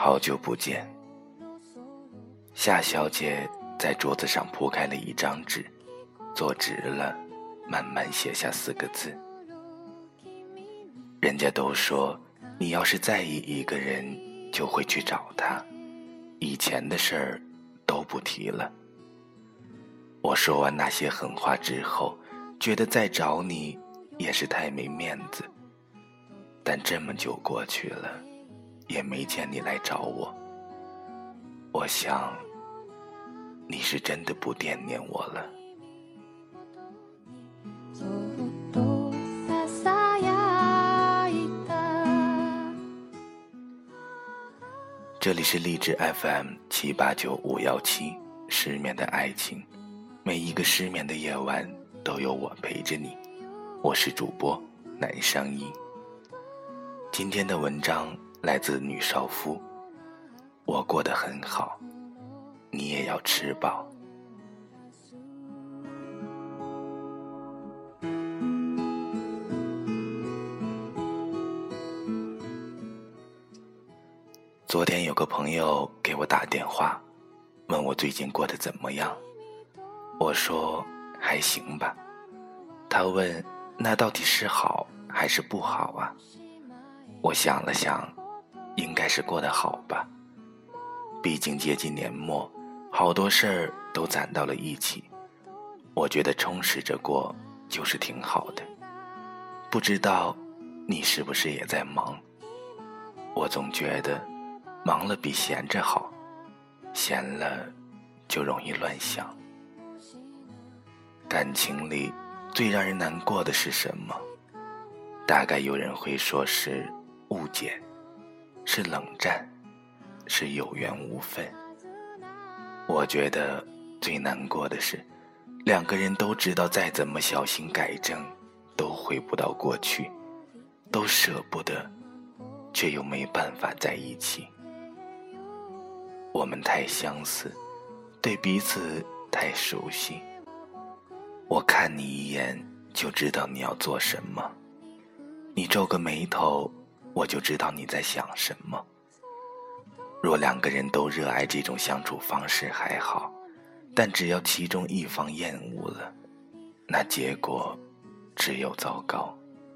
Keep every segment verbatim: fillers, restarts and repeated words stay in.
好久不见。夏小姐在桌子上铺开了一张纸，坐直了，慢慢写下四个字。人家都说，你要是在意一个人，就会去找他，以前的事儿都不提了。我说完那些狠话之后，觉得再找你也是太没面子，但这么久过去了，也没见你来找我。我想你是真的不惦念我了。这里是励志 F M 七八九五幺七，失眠的爱情，每一个失眠的夜晚都有我陪着你。我是主播南商一。今天的文章来自女少夫。我过得很好，你也要吃饱。昨天有个朋友给我打电话，问我最近过得怎么样。我说还行吧。他问，那到底是好还是不好啊？我想了想，应该是过得好吧。毕竟接近年末，好多事儿都攒到了一起，我觉得充实着过就是挺好的。不知道你是不是也在忙？我总觉得忙了比闲着好，闲了就容易乱想。感情里最让人难过的是什么？大概有人会说是误解，是冷战，是有缘无分。我觉得最难过的是，两个人都知道再怎么小心改正都回不到过去，都舍不得，却又没办法在一起。我们太相似，对彼此太熟悉。我看你一眼就知道你要做什么，你皱个眉头，我就知道你在想什么。若两个人都热爱这种相处方式还好，但只要其中一方厌恶了，那结果只有糟糕。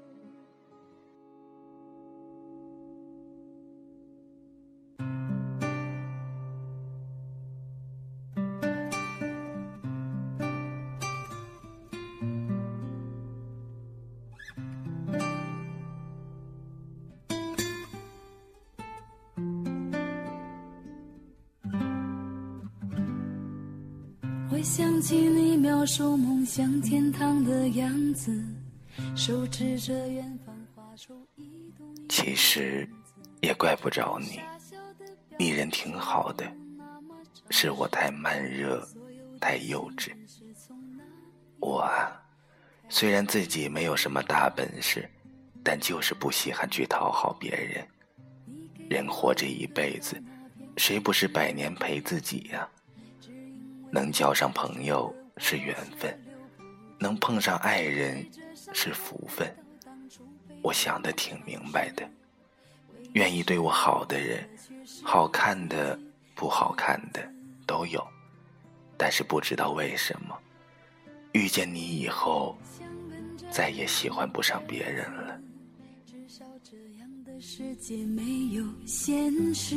回想起你描述梦想天堂的样子，手指着远方画出一动一动。 其实也怪不着你，你人挺好的，是我太慢热，太幼稚。我啊，虽然自己没有什么大本事，但就是不稀罕去讨好别人。人活这一辈子，谁不是百年陪自己呀？能交上朋友是缘分，能碰上爱人是福分。我想得挺明白的，愿意对我好的人，好看的不好看的都有，但是不知道为什么，遇见你以后再也喜欢不上别人了。 至少这样的世界没有现实，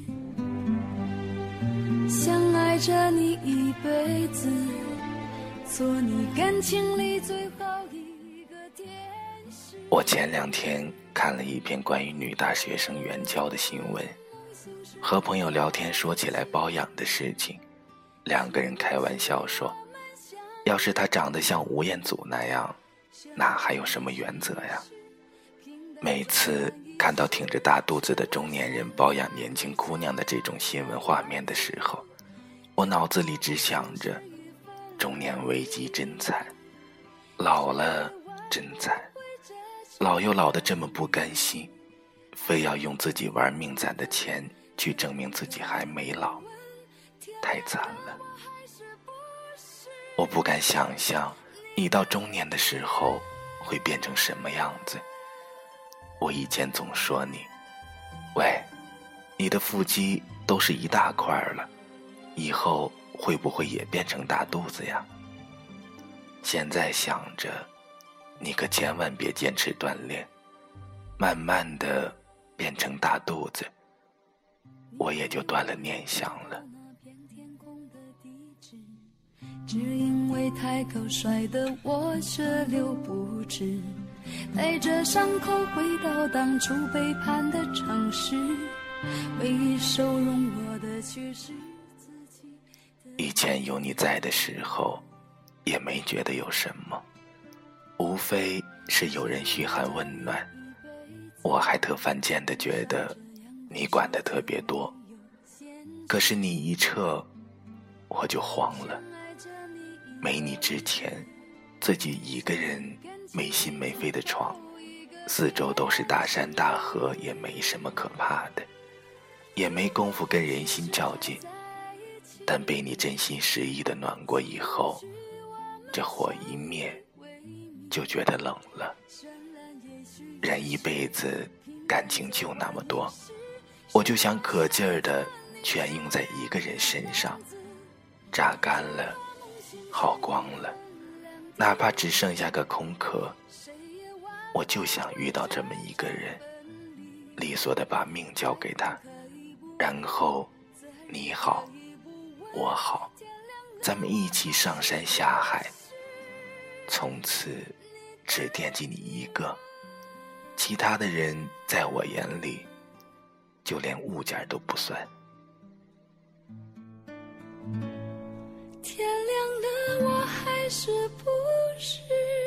想爱着你一辈子，做你感情里最好一个天使。 我前两天看了一篇关于女大学生援交的新闻，和朋友聊天说起来包养的事情，两个人开玩笑说，要是她长得像吴彦祖那样，哪还有什么原则呀？每次看到挺着大肚子的中年人包养年轻姑娘的这种新闻画面的时候，我脑子里只想着，中年危机真惨，老了真惨，老又老得这么不甘心，非要用自己玩命攒的钱去证明自己还没老，太惨了。我不敢想象你到中年的时候会变成什么样子。我以前总说你，喂，你你的腹肌都是一大块了，以后会不会也变成大肚子呀？现在想着，你可千万别坚持锻炼，慢慢的变成大肚子，我也就断了念想了。 只因为太高摔得我血流不止，带着伤口回到当初背叛的城市，唯一收容我的却是自己。 以前有你在的时候也没觉得有什么，无非是有人嘘寒问暖，我还特犯贱的觉得你管得特别多。可是你一撤我就慌了，没你之前自己一个人没心没肺的闯，四周都是大山大河，也没什么可怕的，也没工夫跟人心较劲。但被你真心实意的暖过以后，这火一灭就觉得冷了。人一辈子感情就那么多，我就想可劲儿的全用在一个人身上，榨干了耗光了，哪怕只剩下个空壳，我就想遇到这么一个人，利索的把命交给他，然后你好我好，咱们一起上山下海，从此只惦记你一个，其他的人在我眼里就连物件都不算。 天亮了，我还是不是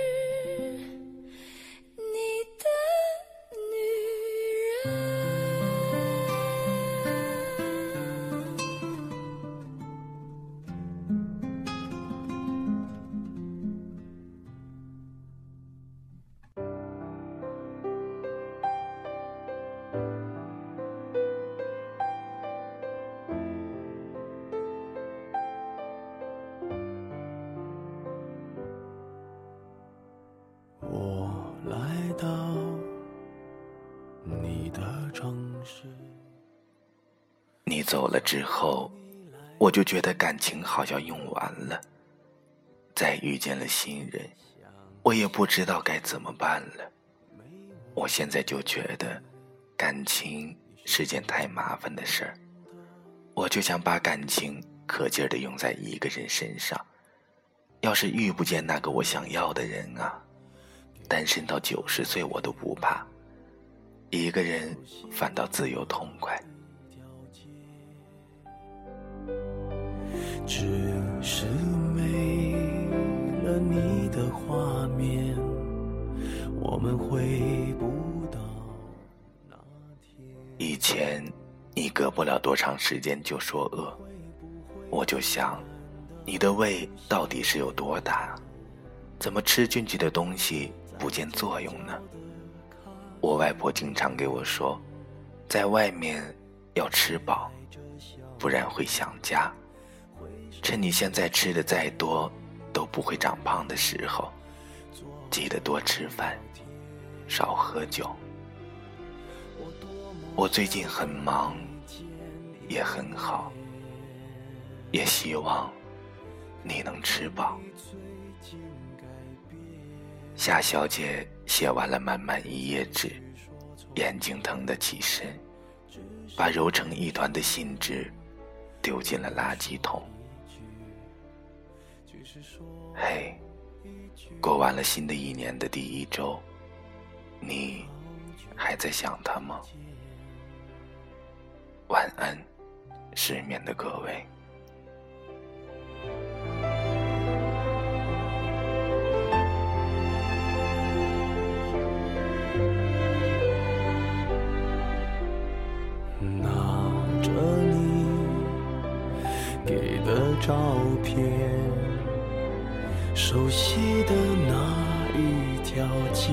你的女人。 我来到你的城市。 你走了之后，我就觉得感情好像用完了，再遇见了新人，我也不知道该怎么办了。我现在就觉得感情是件太麻烦的事儿，我就想把感情可劲儿地用在一个人身上。要是遇不见那个我想要的人啊，单身到九十岁我都不怕，一个人反倒自由痛快。 只是没了你的画面，我们回不到那天。 以前你隔不了多长时间就说饿，我就想你的胃到底是有多大，怎么吃进去的东西不见作用呢？我外婆经常给我说，在外面要吃饱，不然会想家。趁你现在吃的再多都不会长胖的时候，记得多吃饭，少喝酒。我最近很忙，也很好，也希望你能吃饱。夏小姐写完了满满一页纸，眼睛疼得起身，把揉成一团的信纸丢进了垃圾桶。嘿，过完了新的一年的第一周，你还在想他吗？晚安，失眠的各位。 拿着你给的照片，熟悉的那一条街，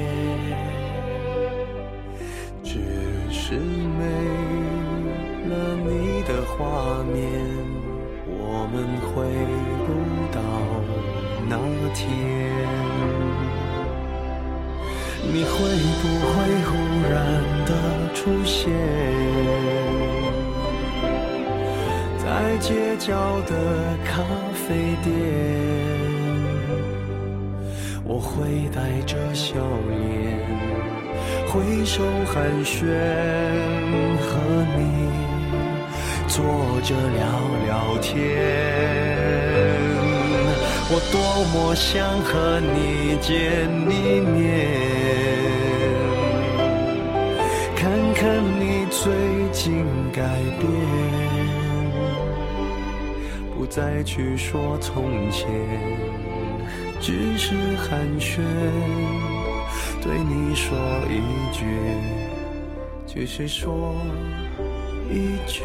只是没了你的画面，我们回不到那天。你会不会忽然的出现？ 街角的咖啡店，我会带着笑脸挥手寒暄，和你坐着聊聊天。我多么想和你见一面，看看你最近改变，不再去说从前，只是寒暄，对你说一句，只是说一句，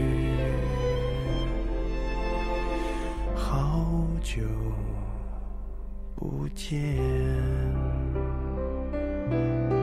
好久不见。